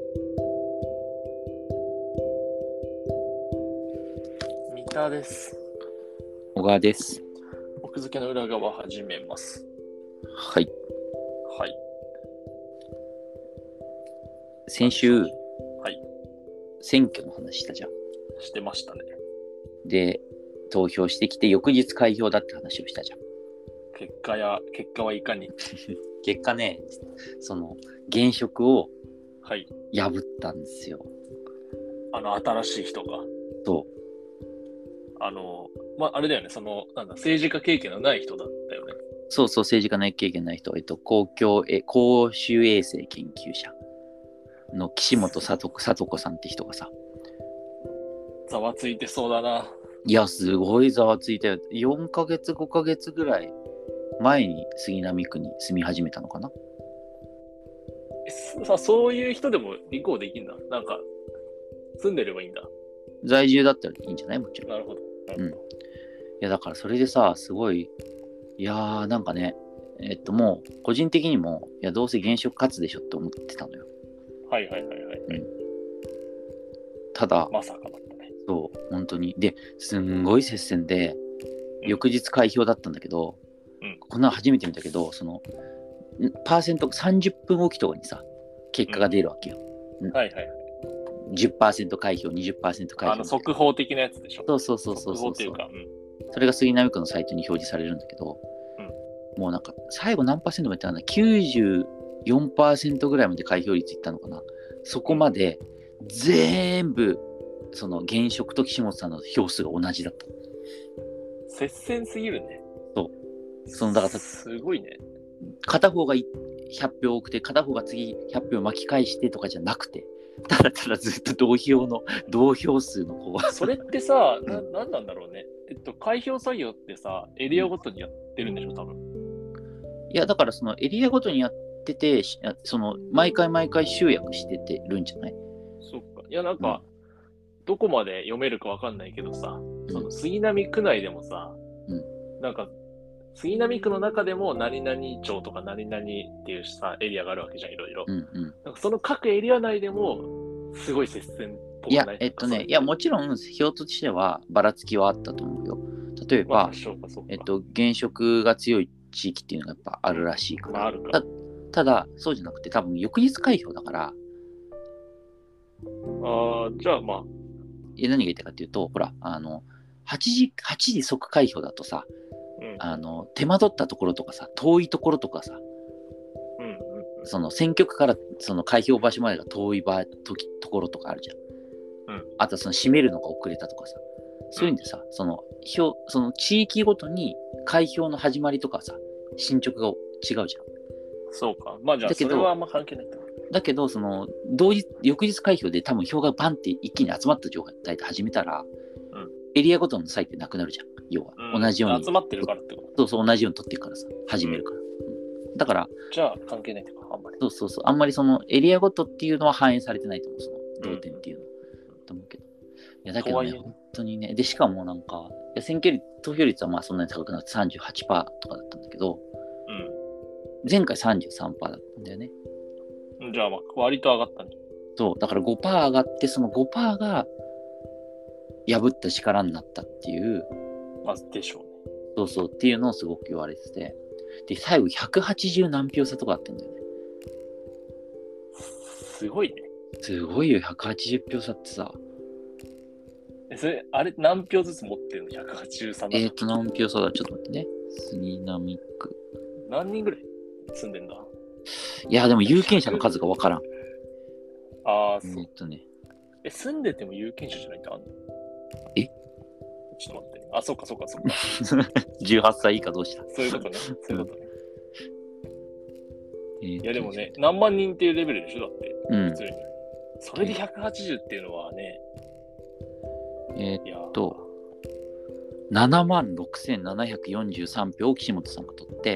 三田です。 小川です。 奥付けの裏側始めます。 はい。 はい。 先週、 はい。 選挙の話したじゃん。 してましたね。 で、投票してきて翌日開票だって話をしたじゃん。 結果はいかに。 結果ね、現職をはい。 破ったんですよ。 新しい人が。 そう。 あれだよね。政治家経験のない人だったよね。 そう、政治家の経験ない人、公衆衛生研究者の岸本聡子さんって人がさ。 ざわついてそうだな。 いや、すごいざわついたよ。4ヶ月、5ヶ月ぐらい前に杉並区に住み始めたのかな。 そういう人でも立候補できんだ。なんか、住んでればいいんだ。 在住だったらいいんじゃない？もちろん。 なるほど。 うん。いや、だからそれでさ、すごい、いやー、なんかね、もう、個人的にも、いや、どうせ現職勝つでしょって思ってたのよ。 はい。 ただ、 まさかだったね。 そう、本当に。で、すんごい接戦で、翌日開票だったんだけど、こんなの初めて見たけど、パーセント30分おきとかにさ、結果が出るわけよ。10% 開票、20% 開票。 速報的なやつでしょ。 そう。 速報っていうか、 それが杉並区のサイトに表示されるんだけど、もうなんか、最後何パーセントまでいったのかな ?94% ぐらいまで開票率いったのかな。そこまで、全部、現職と岸本さんの票数が同じだった。 接戦すぎるね。 そう。だからすごいね。 片方が100票多くて、片方が次100票巻き返してとかじゃなくて、ただただずっと同票数の子は。 それってさ、なんなんだろうね。開票作業ってさ、エリアごとにやってるんでしょ、多分。 いや、だからエリアごとにやってて、毎回集約しててるんじゃない？ そっか。いや、なんか、どこまで読めるかわかんないけどさ、杉並区内でもさ、なんか、杉並区の中でも何々町とか何々っていうさ、エリアがあるわけじゃん、いろいろ。なんかその各エリア内でも、すごい接戦っぽくない？ いや、もちろん、票としてはばらつきはあったと思うよ。例えば、現職が強い地域っていうのがやっぱあるらしいから。ただ、そうじゃなくて、多分翌日開票だから。 じゃあまあ。 何が言いたいかっていうと、ほら、8時即開票だとさ、手間取ったところとかさ、遠いところとかさ、選挙区から開票場所までが遠いところとかあるじゃん。あと閉めるのが遅れたとかさ、そういうんでさ、地域ごとに開票の始まりとかさ、進捗が違うじゃん。 そうか。まあじゃあそれはあんま関係ない。 だけど、翌日開票で多分票がバンって一気に集まった状態で始めたら、エリアごとの差異ってなくなるじゃん。要は、同じように。 集まってるからってこと？ そう、同じように取ってるからさ、始めるから。だから、 じゃあ関係ないってことか、あんまり。 あんまりエリアごとっていうのは反映されてないと思う、同点っていうの。と思うけど。いや、だけどね、本当にね。で、しかもなんか、投票率はまあそんなに高くなくて 38% とかだったんだけど、前回 33% だったんだよね。 じゃあまあ割と上がったね。 そう、だから 5% 上がって、その 5% が破った力になったっていう。 まずでしょうね。 そうっていうのをすごく言われてて。で、最後180何票差とかあってんだよね。 すごいね。 すごいよ、180票差ってさ。 それ、あれ何票ずつ持ってるの？ 183 だ。 何票差だ？ちょっと待ってね。杉並区。 何人ぐらい住んでんだ？ いや、でも有権者の数がわからん。 そう。住んでても有権者じゃないってあんの？ちょっと待って。そうか。 18歳以下どうした？ そういうことね。いやでもね、何万人っていうレベルでしょ、だって。普通に。それで180っていうのはね。 76,743票を岸本さんが取って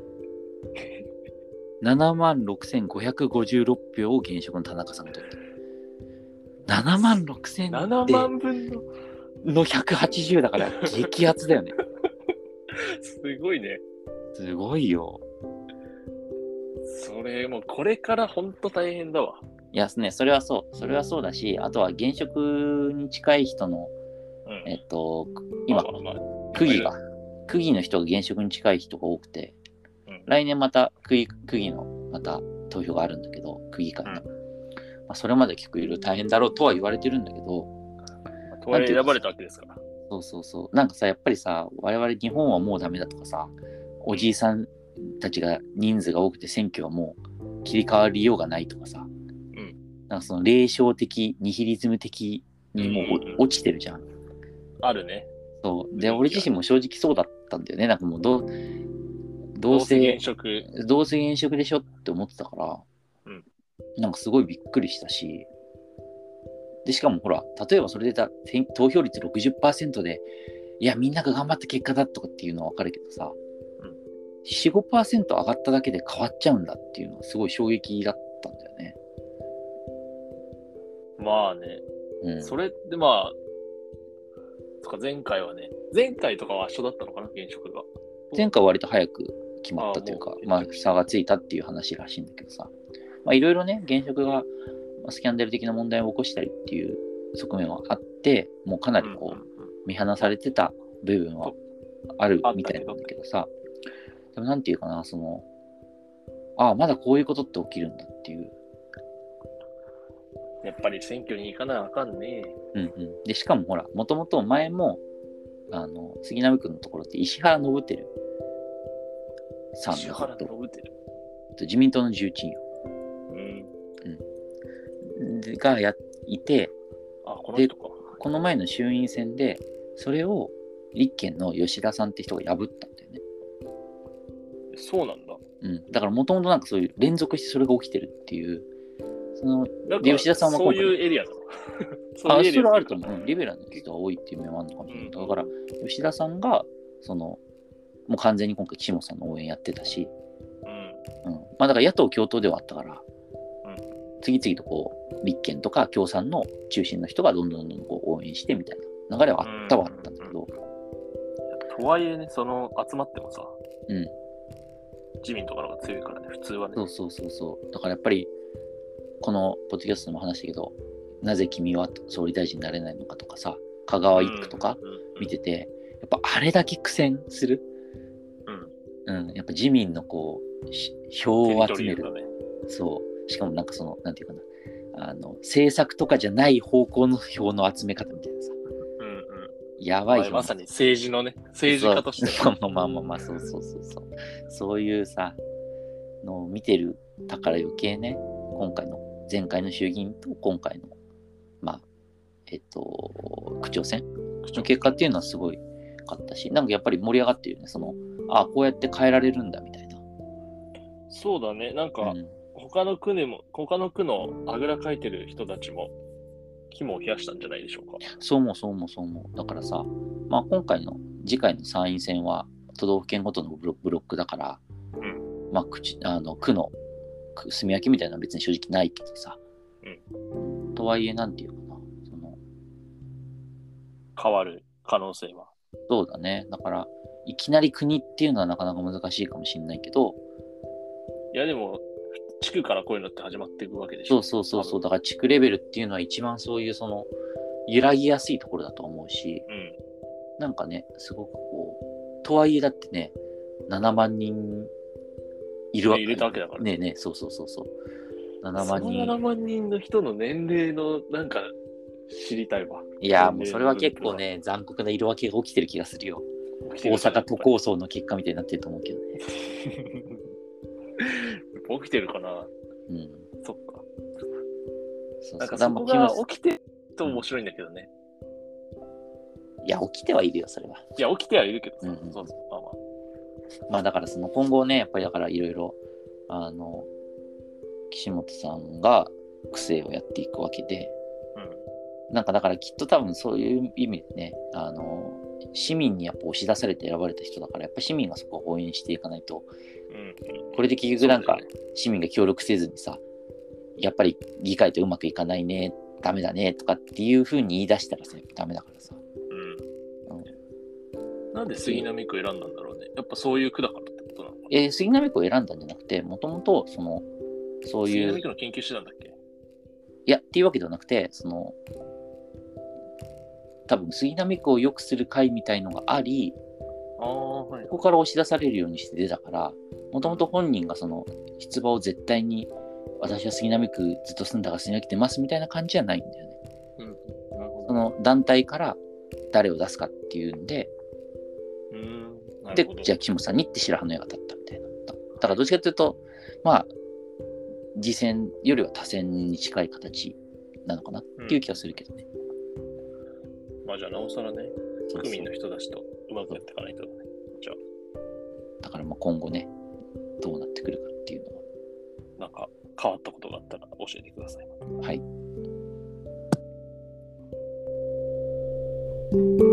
、76,556票を現職の田中さんが取って。76,000 7万分の180だから激アツだよね。 すごいね。 すごいよ。 それもうこれからほんと大変だわ。 いやね、それはそう。それはそうだし、あとは現職に近い人の、 うん。 今、 まあまあまあ区議の人が現職に近い人が多くて、 うん、 来年また区議のまた投票があるんだけど、区議会の。それまで結構いろいろ大変だろうとは言われてるんだけど、 とはいえ選ばれたわけですから。 そうそうそう。なんかさ、やっぱりさ、我々日本はもうダメだとかさ、おじいさんたちが人数が多くて選挙はもう切り替わりようがないとかさ、なんかその霊障的、ニヒリズム的にもう落ちてるじゃん。 あるね。 そう。で、俺自身も正直そうだったんだよね。なんかもうどうせ現職でしょって思ってたから、なんかすごいびっくりしたし、で、しかもほら、例えばそれで投票率 60% で、いや、みんなが頑張った結果だとかっていうのはわかるけどさ、4、5% 上がっただけで変わっちゃうんだっていうのはすごい衝撃だったんだよね。 まあね。それってまあ、とか前回とかは一緒だったのかな、現職が。 前回は割と早く決まったというか、差がついたっていう話らしいんだけどさ、いろいろね、現職がスキャンダル的な問題を起こしたりっていう側面はあって、もうかなりこう、見放されてた部分はあるみたいなんだけどさ、でもなんていうかな、まだこういうことって起きるんだっていう。 やっぱり選挙に行かなあかんね。 で、しかもほら、もともと前も、杉並区のところって石原伸晃さん石原伸晃自民党の重鎮よ。がいて、この前の衆院選で、それを立憲の吉田さんって人が破ったんだよね。 そうなんだ。 だからもともとなんかそういう連続してそれが起きてるっていう。で吉田さんはそういうエリアだろ。 それはあると思う。リベラルの人が多いっていう面もあるのかもしれない。だから、吉田さんが、もう完全に今回、岸本さんの応援やってたし、だから野党共闘ではあったから、次々とこう、立憲とか共産の中心の人がどんどんこう応援してみたいな流れはあったんだけど。 とはいえね、集まってもさ、自民とかの方が強いからね、普通はね。 そう。だからやっぱり、このポッドキャストでも話したけど、なぜ君は総理大臣になれないのかとかさ、香川一区とか見てて、やっぱあれだけ苦戦する、やっぱ自民のこう票を集める、そう、しかもなんかなんていうかな、政策とかじゃない方向の票の集め方みたいなさ、やばい、 まさに政治のね、政治家としてそうそういうさのを見てるだから余計ね、前回の衆議院と今回の区長選の結果っていうのはすごいかったし、なんかやっぱり盛り上がってるよね。こうやって変えられるんだみたいな。 そうだね。なんか、他の区のあぐらかいてる人たちも肝を冷やしたんじゃないでしょうか。 そう思う。だからさ、次回の参院選は都道府県ごとのブロックだから、区の住み分けみたいなのは別に正直ないけどさ、とはいえなんていうかな、 変わる可能性は。 そうだね。だからいきなり国っていうのはなかなか難しいかもしれないけど、 いやでも地区からこういうのって始まっていくわけでしょ。 そう。だから地区レベルっていうのは一番そういう揺らぎやすいところだと思うし、なんかね、すごくこう、とはいえだってね、7万人いるわけ、 入れたわけだからね。そう。7万人。 7万人の人の年齢のなんか知りたいわ。 いや、もうそれは結構ね、残酷な色分けが起きてる気がするよ。大阪都構想の結果みたいになってると思うけどね。 起きてるかな。そっか。 そうなんかそこが起きてると面白いんだけどね。 いや、起きてはいるよ、それは。 いや、起きてはいるけどさ。 だから今後ね、やっぱりだからいろいろ、岸本さんが区政をやっていくわけで、なんかだからきっと多分そういう意味でね、市民にやっぱ押し出されて選ばれた人だから、やっぱ市民がそこを応援していかないと、これで結局なんか市民が協力せずにさ、やっぱり議会とうまくいかないね、ダメだねとかっていう風に言い出したらさ、やっぱダメだからさ。 なんで杉並区選んだんだろうね。やっぱそういう区だからってことなのかな。 杉並区を選んだんじゃなくて、もともとそういう。 杉並区の研究してたんだっけ？ いや、っていうわけではなくて、多分杉並区を良くする会みたいのがあり、 はい、 ここから押し出されるようにして出たから、もともと本人が出馬を絶対に、私は杉並区ずっと住んだから杉並区出ますみたいな感じじゃないんだよね。 なるほど。 その団体から誰を出すかっていうんで、で、じゃあ岸本さんにって白羽の矢が立ったみたいな。だからどっちかというと、まあ、次戦よりは多選に近い形なのかなっていう気がするけどね。 まあじゃあなおさらね、区民の人たちとうまくやっていかないとね。じゃあ。 だからまあ今後ね、どうなってくるかっていうのは。 なんか変わったことがあったら教えてください。 はい。